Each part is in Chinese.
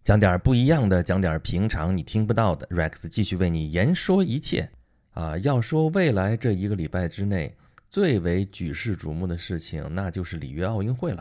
讲点不一样的，讲点平常你听不到的。Rex 继续为你言说一切要说未来这一个礼拜之内最为举世瞩目的事情，那就是里约奥运会了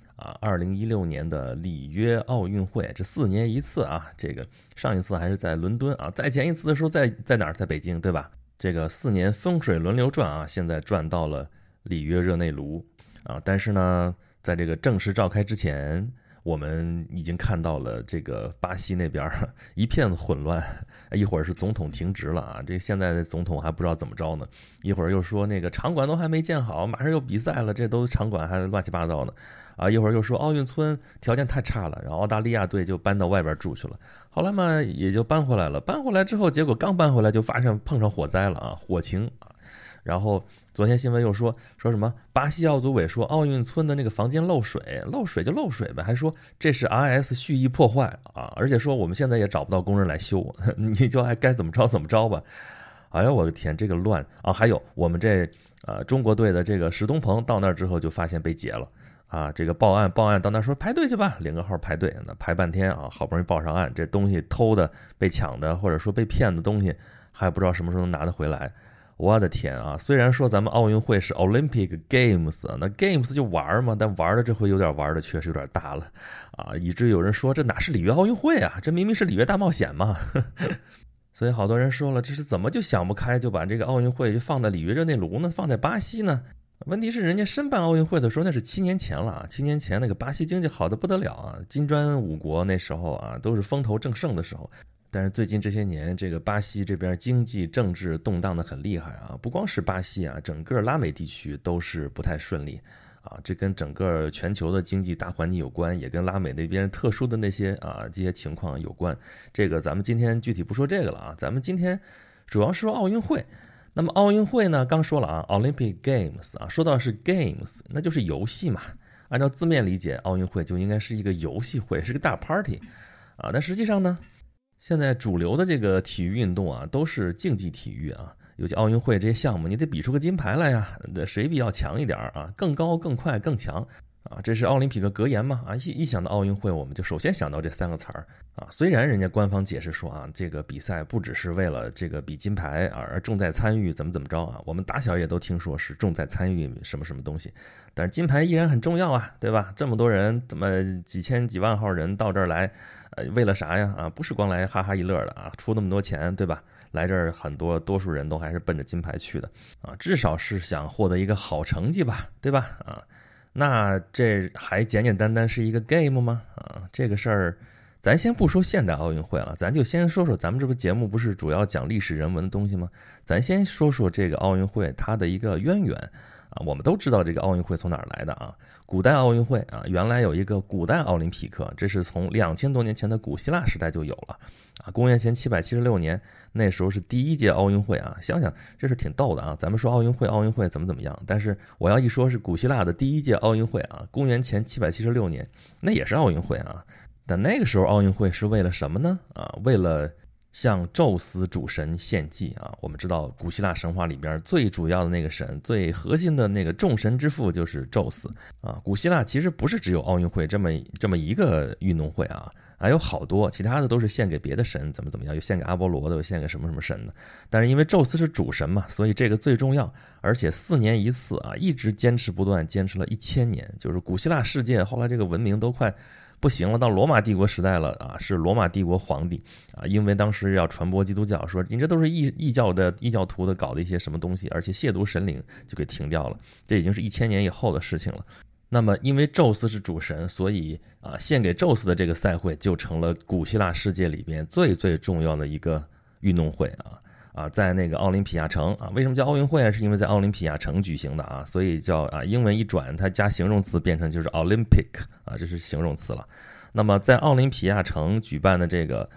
2016年的里约奥运会，这4年一次这个上一次还是在伦敦再前一次的时候在哪儿？在北京，对吧？这个4年风水轮流转现在转到了里约热内卢但是呢，在这个正式召开之前，我们已经看到了这个巴西那边一片混乱，一会儿是总统停职了这现在的总统还不知道怎么着呢，一会儿又说那个场馆都还没建好，马上又比赛了，这都场馆还乱七八糟呢一会儿又说奥运村条件太差了，然后澳大利亚队就搬到外边住去了，后来嘛也就搬回来了，搬回来之后结果刚搬回来就碰上火灾了火情然后昨天新闻又说什么巴西奥组委说奥运村的那个房间漏水就漏水呗，还说这是 RS 蓄意破坏而且说我们现在也找不到工人来修你就该怎么着怎么着吧。哎呀我的天，这个乱还有我们这中国队的这个石东鹏到那儿之后就发现被劫了这个报案到那儿说排队去吧，领个号排队，那排半天好不容易报上案，这东西偷的被抢的或者说被骗的东西还不知道什么时候能拿得回来。我的天虽然说咱们奥运会是 Olympic Games 那 Games 就玩嘛，但玩的这回有点玩的确实有点大了以至于有人说这哪是里约奥运会这明明是里约大冒险嘛所以好多人说了，这是怎么就想不开就把这个奥运会就放在里约热内卢呢，放在巴西呢？问题是人家申办奥运会的时候那是7年前了7年前那个巴西经济好的不得了金砖5国那时候都是风头正盛的时候。但是最近这些年这个巴西这边经济政治动荡的很厉害不光是巴西整个拉美地区都是不太顺利这跟整个全球的经济大环境有关，也跟拉美那边特殊的那些这些情况有关。这个咱们今天具体不说这个了咱们今天主要说奥运会。那么奥运会呢，刚说了Olympic Games 说到是 Games 那就是游戏嘛，按照字面理解奥运会就应该是一个游戏会，是个大 party但实际上呢，现在主流的这个体育运动都是竞技体育尤其奥运会这些项目你得比出个金牌来呀，谁比较强一点更高更快更强这是奥林匹克格言嘛一想到奥运会我们就首先想到这3个词儿虽然人家官方解释说这个比赛不只是为了这个比金牌而重在参与怎么着我们打小也都听说是重在参与什么什么东西，但是金牌依然很重要对吧？这么多人怎么几千几万号人到这儿来为了啥呀不是光来哈哈一乐的出那么多钱对吧？来这儿多数人都还是奔着金牌去的至少是想获得一个好成绩吧，对吧那这还简简单单是一个 game 吗这个事儿咱先不说现代奥运会了，咱就先说说咱们这个节目不是主要讲历史人文的东西吗？咱先说说这个奥运会它的一个渊源我们都知道这个奥运会从哪儿来的古代奥运会原来有一个古代奥林匹克，这是从2000多年前的古希腊时代就有了公元前776年那时候是第1届奥运会想想这是挺逗的咱们说奥运会怎么样，但是我要一说是古希腊的第1届奥运会公元前776年那也是奥运会但那个时候奥运会是为了什么呢为了向宙斯主神献祭我们知道古希腊神话里边最主要的那个神，最核心的那个众神之父就是宙斯古希腊其实不是只有奥运会这么一个运动会还有好多其他的都是献给别的神怎么样，有献给阿波罗的，有献给什么什么神的，但是因为宙斯是主神嘛，所以这个最重要，而且4年一次一直坚持不断，坚持了1000年，就是古希腊世界后来这个文明都快不行了，到罗马帝国时代了是罗马帝国皇帝因为当时要传播基督教，说你这都是异教徒的搞的一些什么东西，而且亵渎神灵，就给停掉了，这已经是1000年以后的事情了。那么因为宙斯是主神，所以献给宙斯的这个赛会就成了古希腊世界里边最重要的一个运动会在那个奥林匹亚城为什么叫奥运会是因为在奥林匹亚城举行的所以叫英文一转它加形容词变成就是 Olympic 这是形容词了。那么在奥林匹亚城举办的这个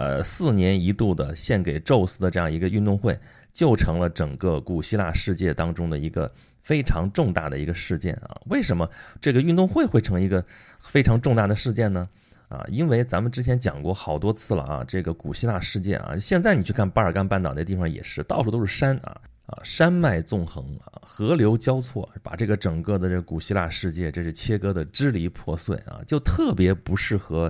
4年一度的献给宙斯的这样一个运动会，就成了整个古希腊世界当中的一个非常重大的一个事件为什么这个运动会会成一个非常重大的事件呢？因为咱们之前讲过好多次了这个古希腊世界现在你去看巴尔干半岛那地方也是到处都是山山脉纵横河流交错，把这个整个的这个古希腊世界这是切割的支离破碎就特别不适合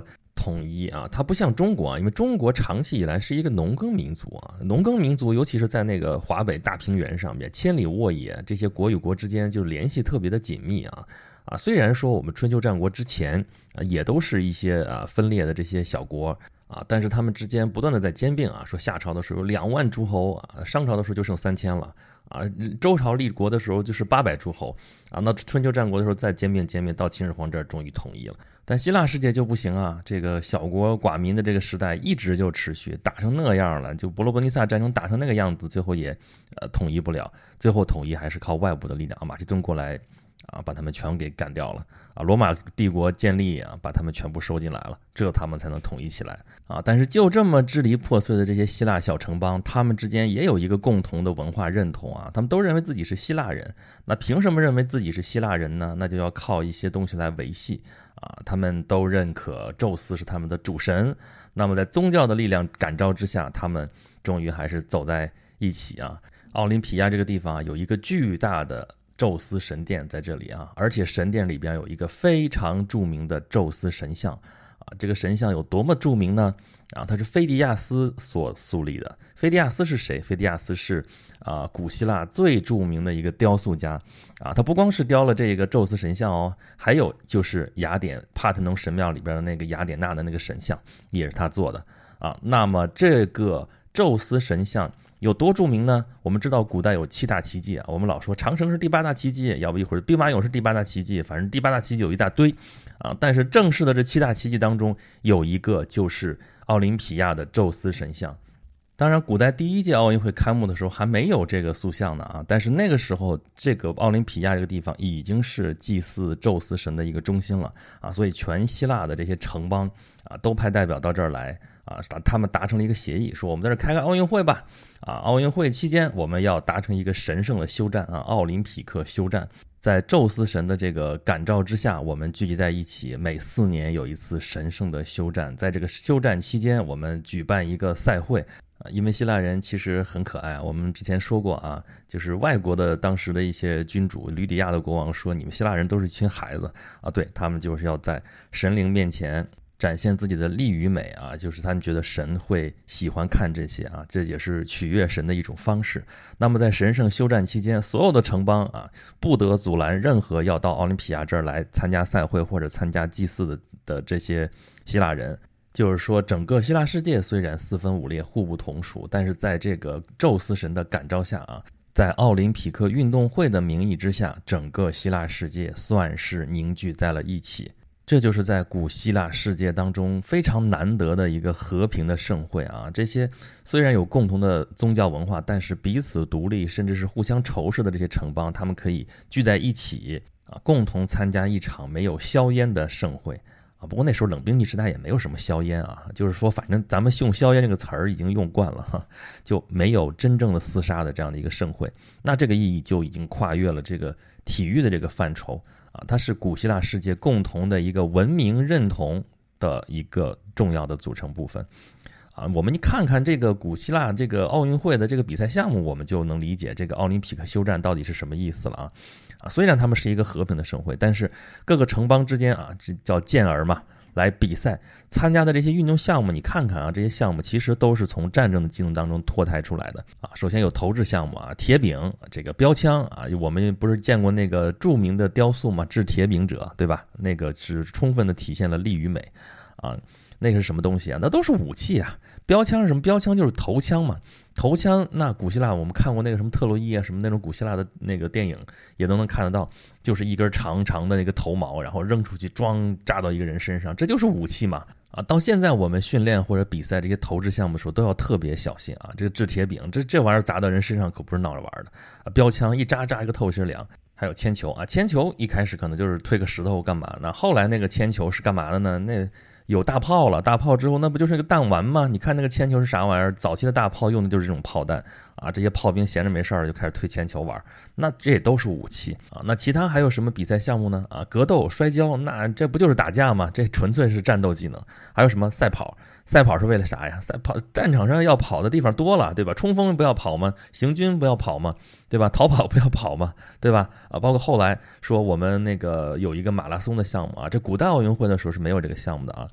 统一啊，它不像中国啊，因为中国长期以来是一个农耕民族啊，农耕民族尤其是在那个华北大平原上面，千里沃野，这些国与国之间就联系特别的紧密啊。虽然说我们春秋战国之前也都是一些分裂的这些小国但是他们之间不断的在兼并说夏朝的时候有2万诸侯商朝的时候就剩3000了周朝立国的时候就是800诸侯那春秋战国的时候再兼并到秦始皇这儿终于统一了。但希腊世界就不行这个小国寡民的这个时代一直就持续，打成那样了，就伯罗奔尼撒战争打成那个样子，最后也统一不了，最后统一还是靠外部的力量，马其顿过来把他们全给干掉了罗马帝国建立把他们全部收进来了，这他们才能统一起来但是就这么支离破碎的这些希腊小城邦，他们之间也有一个共同的文化认同他们都认为自己是希腊人。那凭什么认为自己是希腊人呢？那就要靠一些东西来维系他们都认可宙斯是他们的主神，那么在宗教的力量感召之下，他们终于还是走在一起奥林匹亚这个地方有一个巨大的宙斯神殿在这里而且神殿里边有一个非常著名的宙斯神像这个神像有多么著名呢？它是菲迪亚斯所树立的。菲迪亚斯是谁？菲迪亚斯是古希腊最著名的一个雕塑家他不光是雕了这个宙斯神像还有就是雅典帕特农神庙里边的那个雅典娜的那个神像也是他做的那么这个宙斯神像有多著名呢？我们知道古代有7大奇迹我们老说长城是第8大奇迹，要不一会儿兵马俑是第8大奇迹，反正第8大奇迹有一大堆但是正式的这7大奇迹当中有一个就是奥林匹亚的宙斯神像。当然古代第1届奥运会开幕的时候还没有这个塑像呢但是那个时候这个奥林匹亚这个地方已经是祭祀宙斯神的一个中心了所以全希腊的这些城邦都派代表到这儿来他们达成了一个协议，说我们在这开个奥运会吧奥运会期间我们要达成一个神圣的休战奥林匹克休战，在宙斯神的这个感召之下，我们聚集在一起，每4年有一次神圣的休战，在这个休战期间我们举办一个赛会因为希腊人其实很可爱我们之前说过就是外国的当时的一些君主，吕底亚的国王说你们希腊人都是一群孩子对，他们就是要在神灵面前展现自己的力与美就是他们觉得神会喜欢看这些这也是取悦神的一种方式。那么在神圣休战期间，所有的城邦不得阻拦任何要到奥林匹亚这儿来参加赛会或者参加祭祀的这些希腊人。就是说整个希腊世界虽然4分5裂互不同属，但是在这个宙斯神的感召下在奥林匹克运动会的名义之下，整个希腊世界算是凝聚在了一起。这就是在古希腊世界当中非常难得的一个和平的盛会这些虽然有共同的宗教文化，但是彼此独立甚至是互相仇视的这些城邦，他们可以聚在一起共同参加一场没有硝烟的盛会不过那时候冷兵器时代也没有什么硝烟就是说反正咱们用硝烟这个词儿已经用惯了就没有真正的厮杀的这样的一个盛会。那这个意义就已经跨越了这个体育的这个范畴它是古希腊世界共同的一个文明认同的一个重要的组成部分我们一看看这个古希腊这个奥运会的这个比赛项目，我们就能理解这个奥林匹克休战到底是什么意思了虽然他们是一个和平的盛会，但是各个城邦之间这叫健儿嘛，来比赛参加的这些运动项目，你看看这些项目其实都是从战争的技能当中脱胎出来的首先有投掷项目铁饼，这个标枪我们不是见过那个著名的雕塑嘛，掷铁饼者，对吧？那个是充分的体现了力与美那个是什么东西那都是武器标枪是什么？标枪就是头枪嘛。头枪那古希腊我们看过那个什么特洛伊什么那种古希腊的那个电影也都能看得到，就是一根长长的那个头矛，然后扔出去装扎到一个人身上，这就是武器嘛到现在我们训练或者比赛这些投掷项目的时候都要特别小心这个掷铁饼这玩意儿砸到人身上可不是闹着玩的标枪一扎一个透心凉。还有铅球铅球一开始可能就是推个石头干嘛呢？后来那个铅球是干嘛的呢？那有大炮了，大炮之后那不就是个弹丸吗？你看那个铅球是啥玩意儿？早期的大炮用的就是这种炮弹这些炮兵闲着没事儿就开始推铅球玩，那这也都是武器那其他还有什么比赛项目呢？格斗、摔跤，那这不就是打架吗？这纯粹是战斗技能。还有什么赛跑？赛跑是为了啥呀？赛跑战场上要跑的地方多了，对吧？冲锋不要跑吗？行军不要跑吗？对吧？逃跑不要跑吗？对吧？包括后来说我们那个有一个马拉松的项目这古代奥运会的时候是没有这个项目的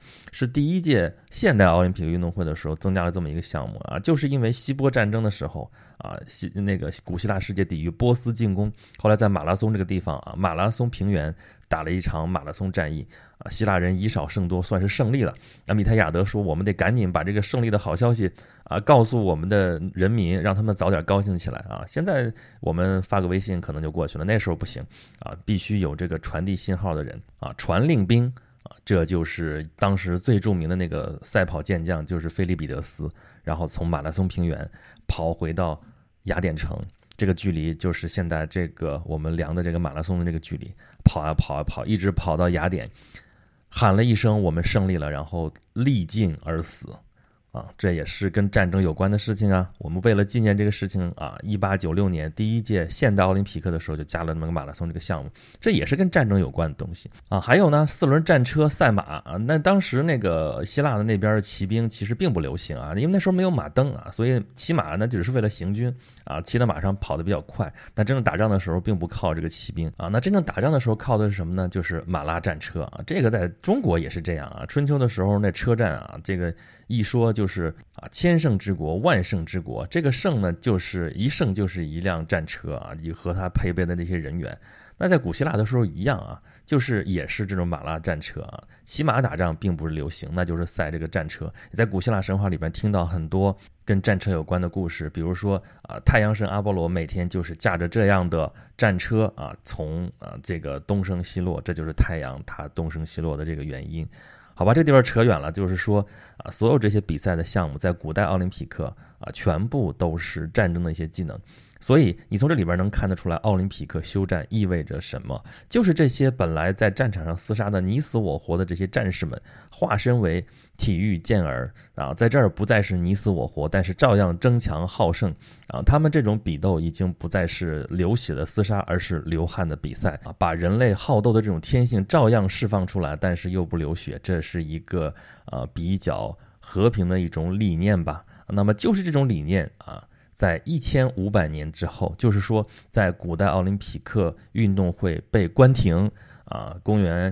是第一届现代奥林匹克运动会的时候增加了这么一个项目啊，就是因为希波战争的时候啊，那个古希腊世界抵御波斯进攻，后来在马拉松这个地方啊，马拉松平原打了一场马拉松战役啊，希腊人以少胜多，算是胜利了。那米泰亚德说，我们得赶紧把这个胜利的好消息啊告诉我们的人民，让他们早点高兴起来啊。现在我们发个微信可能就过去了，那时候不行啊，必须有这个传递信号的人啊，传令兵啊，这就是当时最著名的那个赛跑健将，就是菲利比德斯，然后从马拉松平原跑回到雅典城。这个距离就是现在这个我们量的这个马拉松的这个距离，跑啊跑啊跑，一直跑到雅典，喊了一声我们胜利了，然后力尽而死啊，这也是跟战争有关的事情啊。我们为了纪念这个事情啊，1896年第一届现代奥林匹克的时候就加了那个马拉松这个项目，这也是跟战争有关的东西啊。还有呢，4轮战车赛马啊，那当时那个希腊的那边骑兵其实并不流行啊，因为那时候没有马镫啊，所以骑马呢只是为了行军啊，骑在马上跑得比较快。但真正打仗的时候并不靠这个骑兵啊，那真正打仗的时候靠的是什么呢？就是马拉战车啊。这个在中国也是这样啊，春秋的时候那车战啊，这个一说就是啊，千乘之国，万乘之国。这个乘呢，就是一乘就是一辆战车啊，和它配备的那些人员。那在古希腊的时候一样啊，就是也是这种马拉战车啊，骑马打仗并不是流行，那就是赛这个战车。你在古希腊神话里边听到很多跟战车有关的故事，比如说啊，太阳神阿波罗每天就是驾着这样的战车啊，从这个东升西落，这就是太阳它东升西落的这个原因。好吧，这地方扯远了，就是说啊，所有这些比赛的项目在古代奥林匹克啊，全部都是战争的一些技能。所以你从这里边能看得出来，奥林匹克休战意味着什么？就是这些本来在战场上厮杀的你死我活的这些战士们，化身为体育健儿啊，在这儿不再是你死我活，但是照样争强好胜啊。他们这种比斗已经不再是流血的厮杀，而是流汗的比赛啊，把人类好斗的这种天性照样释放出来，但是又不流血，这是一个比较和平的一种理念吧。那么就是这种理念啊。在1500年之后，就是说在古代奥林匹克运动会被关停啊，公元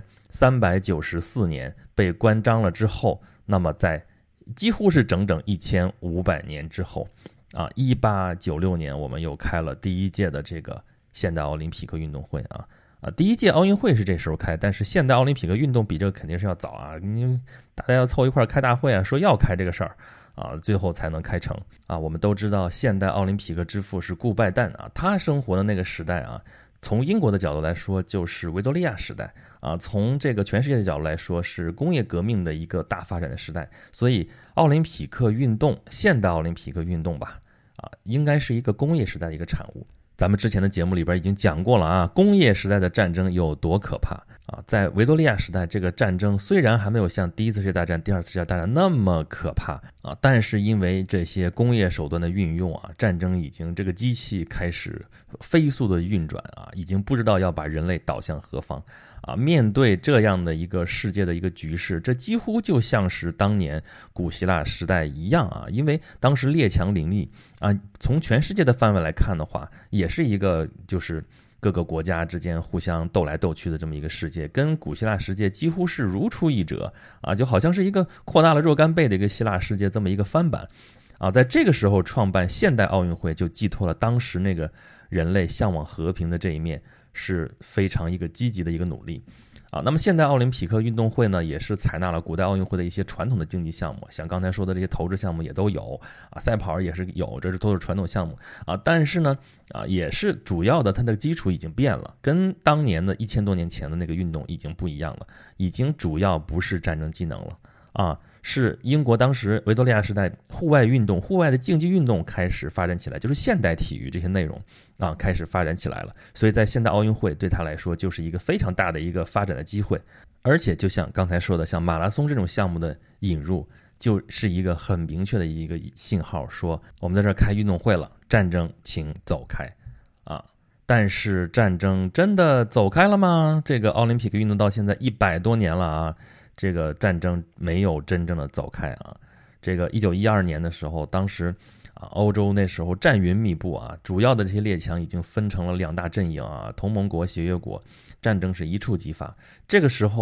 394年被关张了之后，那么在几乎是整整1500年之后啊，1896年我们又开了第一届的这个现代奥林匹克运动会啊。第一届奥运会是这时候开，但是现代奥林匹克运动比这个肯定是要早啊，大家要凑一块开大会啊，说要开这个事儿啊，最后才能开成啊。我们都知道现代奥林匹克之父是顾拜旦啊，他生活的那个时代啊，从英国的角度来说就是维多利亚时代啊，从这个全世界的角度来说是工业革命的一个大发展的时代，所以奥林匹克运动，现代奥林匹克运动吧啊，应该是一个工业时代的一个产物。咱们之前的节目里边已经讲过了啊，工业时代的战争有多可怕啊！在维多利亚时代，这个战争虽然还没有像第一次世界大战、第二次世界大战那么可怕啊，但是因为这些工业手段的运用啊，战争已经这个机器开始飞速的运转啊，已经不知道要把人类导向何方啊！面对这样的一个世界的一个局势，这几乎就像是当年古希腊时代一样啊，因为当时列强林立啊，从全世界的范围来看的话，也是一个就是各个国家之间互相斗来斗去的这么一个世界，跟古希腊世界几乎是如出一辙啊，就好像是一个扩大了若干倍的一个希腊世界这么一个翻版啊。在这个时候创办现代奥运会，就寄托了当时那个人类向往和平的这一面，是非常一个积极的一个努力啊。那么现代奥林匹克运动会呢，也是采纳了古代奥运会的一些传统的竞技项目，像刚才说的这些投掷项目也都有啊，赛跑也是有，这都是传统项目啊。但是呢也是主要的它的基础已经变了，跟当年的1000多年前的那个运动已经不一样了，已经主要不是战争技能了啊。是英国当时维多利亚时代户外运动、户外的竞技运动开始发展起来，就是现代体育这些内容啊开始发展起来了。所以在现代奥运会对他来说就是一个非常大的一个发展的机会，而且就像刚才说的，像马拉松这种项目的引入，就是一个很明确的一个信号，说我们在这儿开运动会了，战争请走开啊。但是战争真的走开了吗？这个奥林匹克运动到现在100多年了啊。这个战争没有真正的走开啊！这个1912年的时候，当时啊，欧洲那时候战云密布啊，主要的这些列强已经分成了2大阵营啊，同盟国、协约国，战争是一触即发。这个时候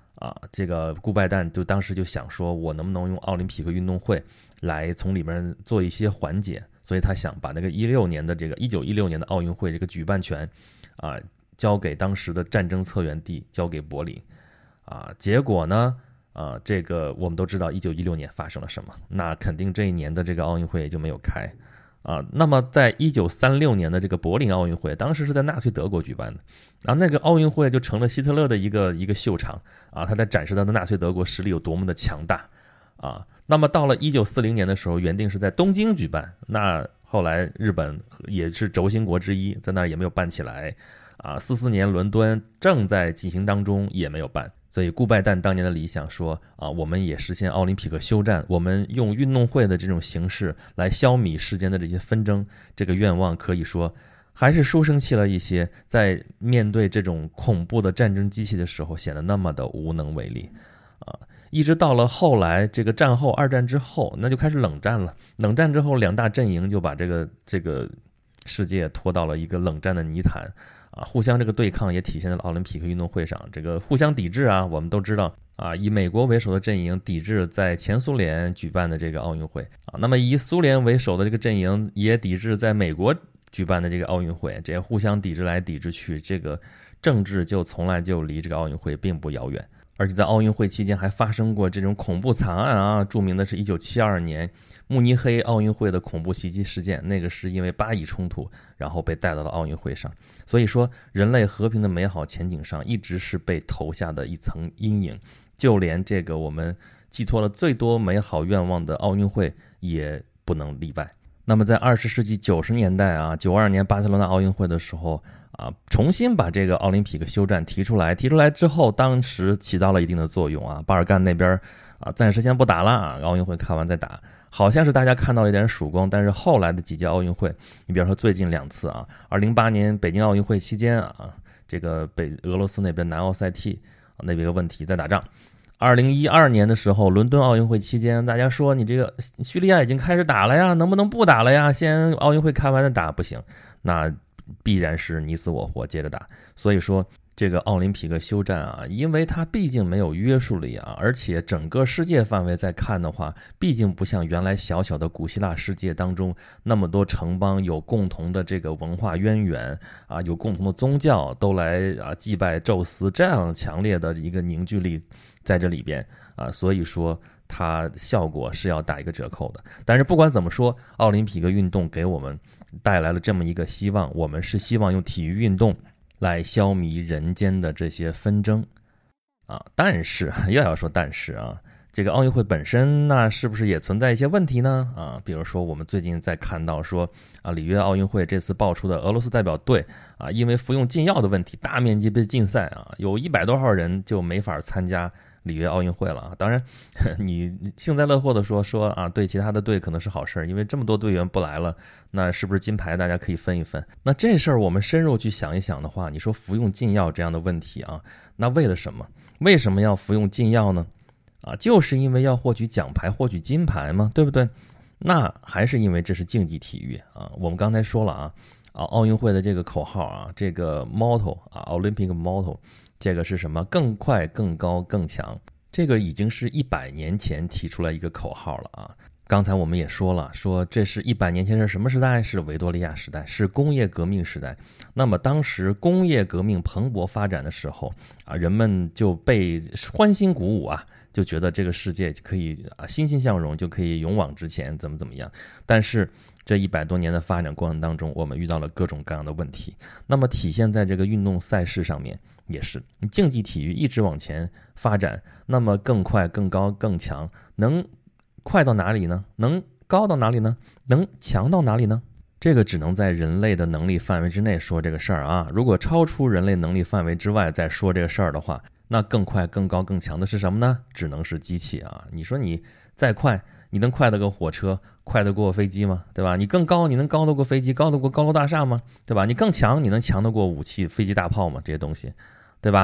这个顾拜旦就当时就想说，我能不能用奥林匹克运动会来从里面做一些缓解，所以他想把那个1916年的奥运会这个举办权交给当时的战争策源地，交给柏林结果呢这个我们都知道1916年发生了什么，那肯定这一年的这个奥运会也就没有开那么在1936年的这个柏林奥运会，当时是在纳粹德国举办的，那个奥运会就成了希特勒的一个秀场他在展示他的纳粹德国实力有多么的强大那么到了1940年的时候，原定是在东京举办，那后来日本也是轴心国之一，在那儿也没有办起来44年伦敦正在进行当中，也没有办。所以顾拜旦当年的理想说我们也实现奥林匹克休战，我们用运动会的这种形式来消弭世间的这些纷争，这个愿望可以说还是书生气了一些，在面对这种恐怖的战争机器的时候显得那么的无能为力一直到了后来这个战后二战之后，那就开始冷战了，冷战之后两大阵营就把这个世界拖到了一个冷战的泥潭互相这个对抗也体现在了奥林匹克运动会上，这个互相抵制我们都知道以美国为首的阵营抵制在前苏联举办的这个奥运会那么以苏联为首的这个阵营也抵制在美国举办的这个奥运会，这互相抵制来抵制去，这个政治就从来就离这个奥运会并不遥远。而且在奥运会期间还发生过这种恐怖惨案著名的是1972年慕尼黑奥运会的恐怖袭击事件，那个是因为巴以冲突然后被带到了奥运会上。所以说人类和平的美好前景上一直是被投下的一层阴影，就连这个我们寄托了最多美好愿望的奥运会也不能例外。那么在20世纪90年代92年巴塞罗那奥运会的时候重新把这个奥林匹克休战提出来之后，当时起到了一定的作用巴尔干那边暂时先不打了奥运会看完再打，好像是大家看到了一点曙光。但是后来的几届奥运会，你比如说最近2次2008年北京奥运会期间这个俄罗斯那边南奥塞梯那边有个问题在打仗。2012年的时候伦敦奥运会期间，大家说你这个叙利亚已经开始打了呀，能不能不打了呀，先奥运会开完再打？不行，那必然是你死我活接着打。所以说这个奥林匹克休战因为它毕竟没有约束力而且整个世界范围在看的话，毕竟不像原来小小的古希腊世界当中那么多城邦有共同的这个文化渊源有共同的宗教都来祭拜宙斯，这样强烈的一个凝聚力在这里边所以说它效果是要打一个折扣的。但是不管怎么说，奥林匹克运动给我们带来了这么一个希望，我们是希望用体育运动来消弭人间的这些纷争但是又要说但是这个奥运会本身那是不是也存在一些问题呢比如说我们最近在看到说里约奥运会这次爆出的俄罗斯代表队因为服用禁药的问题大面积被禁赛有100多号人就没法参加里约奥运会了当然你幸灾乐祸的说对其他的队可能是好事，因为这么多队员不来了，那是不是金牌大家可以分一分？那这事儿我们深入去想一想的话，你说服用禁药这样的问题那为了什么？为什么要服用禁药呢？就是因为要获取奖牌获取金牌嘛，对不对？那还是因为这是竞技体育我们刚才说了奥运会的这个口号这个 motto Olympic motto， 这个是什么？更快更高更强，这个已经是100年前提出来一个口号了刚才我们也说了，说这是100年前是什么时代？是维多利亚时代，是工业革命时代。那么当时工业革命蓬勃发展的时候人们就被欢欣鼓舞就觉得这个世界可以欣欣向荣，就可以勇往直前，怎么样。但是这100多年的发展过程当中，我们遇到了各种各样的问题，那么体现在这个运动赛事上面也是，竞技体育一直往前发展，那么更快更高更强，能快到哪里呢？能高到哪里呢？能强到哪里呢？这个只能在人类的能力范围之内说这个事儿如果超出人类能力范围之外再说这个事儿的话，那更快更高更强的是什么呢？只能是机器你说你再快，你能快得过火车，快得过飞机吗？对吧？你更高，你能高得过飞机，高得过高楼大厦吗？对吧？你更强，你能强得过武器飞机大炮吗？这些东西对吧？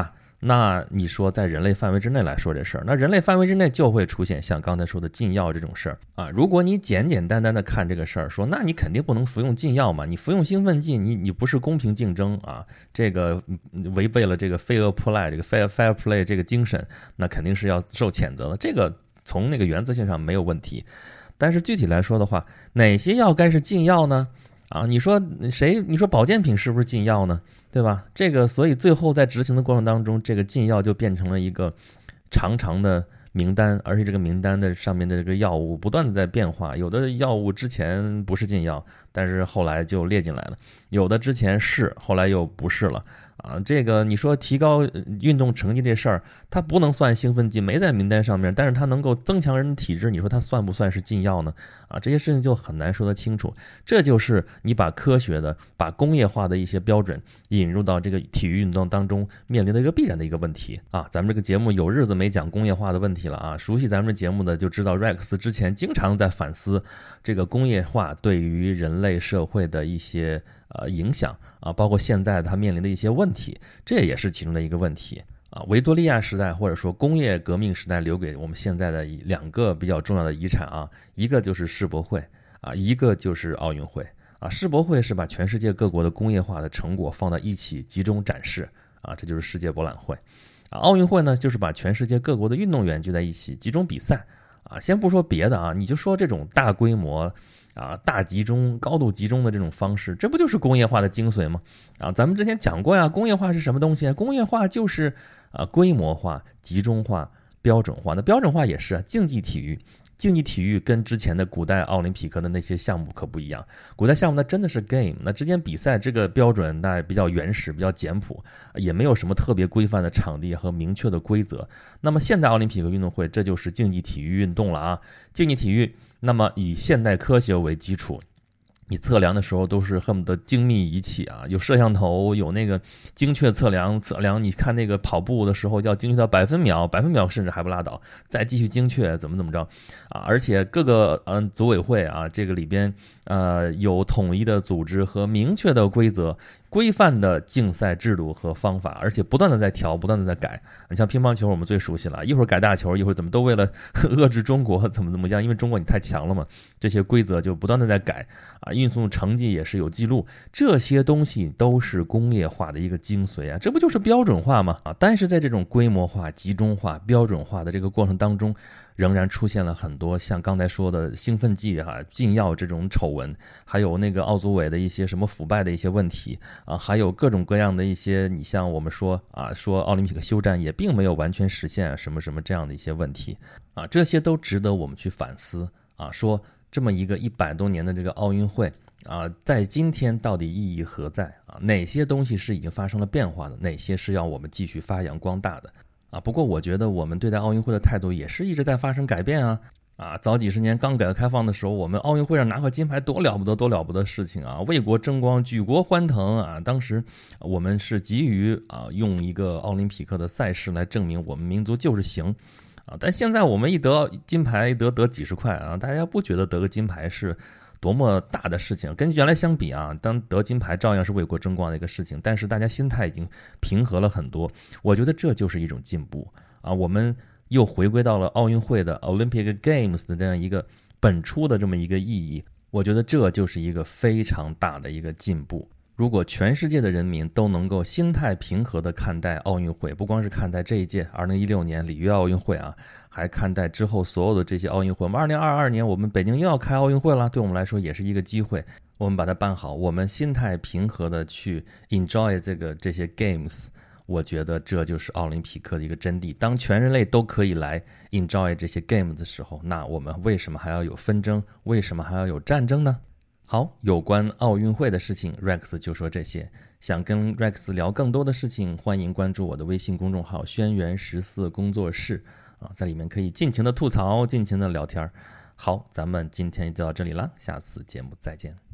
那你说在人类范围之内来说这事儿，那人类范围之内就会出现像刚才说的禁药这种事儿啊。如果你简简单单的看这个事儿，说那你肯定不能服用禁药嘛，你服用兴奋剂，你不是公平竞争啊，这个违背了这个 fair play 这个 fair play 这个精神，那肯定是要受谴责的。这个从那个原则性上没有问题，但是具体来说的话，哪些药该是禁药呢？啊，你说保健品是不是禁药呢？对吧？这个，所以最后在执行的过程当中，这个禁药就变成了一个长长的名单，而且这个名单的上面的这个药物不断的在变化，有的药物之前不是禁药，但是后来就列进来了，有的之前是，后来又不是了。啊，这个你说提高运动成绩这事儿，它不能算兴奋剂，没在名单上面，但是它能够增强人的体质，你说它算不算是禁药呢？啊，这些事情就很难说得清楚。这就是你把科学的、把工业化的一些标准引入到这个体育运动当中面临的一个必然的一个问题啊。咱们这个节目有日子没讲工业化的问题了啊，熟悉咱们这节目的就知道 Rex 之前经常在反思这个工业化对于人类社会的一些影响啊，包括现在它面临的一些问题，这也是其中的一个问题啊。维多利亚时代或者说工业革命时代留给我们现在的两个比较重要的遗产啊，一个就是世博会啊，一个就是奥运会啊。世博会是把全世界各国的工业化的成果放到一起集中展示啊，这就是世界博览会啊。奥运会呢，就是把全世界各国的运动员聚在一起集中比赛啊。先不说别的啊，你就说这种大规模啊，大集中、高度集中的这种方式，这不就是工业化的精髓吗？啊，咱们之前讲过呀，工业化是什么东西啊？工业化就是规模化、集中化、标准化。那标准化也是竞技体育。竞技体育跟之前的古代奥林匹克的那些项目可不一样，古代项目那真的是 game， 那之间比赛这个标准那比较原始、比较简朴，也没有什么特别规范的场地和明确的规则。那么现代奥林匹克运动会，这就是竞技体育运动了啊，竞技体育。那么以现代科学为基础，你测量的时候都是恨不得精密仪器啊，有摄像头，有那个精确测量。你看那个跑步的时候要精确到百分秒甚至还不拉倒，再继续精确怎么着啊？而且各个组委会啊，这个里边有统一的组织和明确的规则。规范的竞赛制度和方法，而且不断的在调，不断的在改。你像乒乓球，我们最熟悉了，一会儿改大球，一会儿怎么都为了遏制中国怎么样，因为中国你太强了嘛，这些规则就不断的在改啊。运送成绩也是有记录，这些东西都是工业化的一个精髓啊，这不就是标准化吗？啊，但是在这种规模化、集中化、标准化的这个过程当中，仍然出现了很多像刚才说的兴奋剂禁药这种丑闻，还有那个奥组委的一些什么腐败的一些问题啊，还有各种各样的一些，你像我们说奥林匹克休战也并没有完全实现什么这样的一些问题啊，这些都值得我们去反思啊，说这么一个100多年的这个奥运会啊，在今天到底意义何在啊？哪些东西是已经发生了变化的，哪些是要我们继续发扬光大的？啊，不过我觉得我们对待奥运会的态度也是一直在发生改变啊！早几十年刚改革开放的时候，我们奥运会上拿块金牌多了不得的事情啊，为国争光，举国欢腾啊！当时我们是急于用一个奥林匹克的赛事来证明我们民族就是行啊！但现在我们一得金牌得几十块啊，大家不觉得得个金牌是多么大的事情，跟原来相比啊，当得金牌照样是为国争光的一个事情，但是大家心态已经平和了很多，我觉得这就是一种进步啊！我们又回归到了奥运会的 Olympic Games 的这样一个本初的这么一个意义，我觉得这就是一个非常大的一个进步。如果全世界的人民都能够心态平和地看待奥运会，不光是看待这一届2016年里约奥运会啊，还看待之后所有的这些奥运会。我们2022年我们北京又要开奥运会了，对我们来说也是一个机会，我们把它办好，我们心态平和地去 enjoy 这些 games， 我觉得这就是奥林匹克的一个真谛。当全人类都可以来 enjoy 这些 games 的时候，那我们为什么还要有纷争？为什么还要有战争呢？好，有关奥运会的事情 Rex 就说这些。想跟 Rex 聊更多的事情，欢迎关注我的微信公众号轩辕14工作室啊，在里面可以尽情的吐槽，尽情的聊天。好，咱们今天就到这里了，下次节目再见。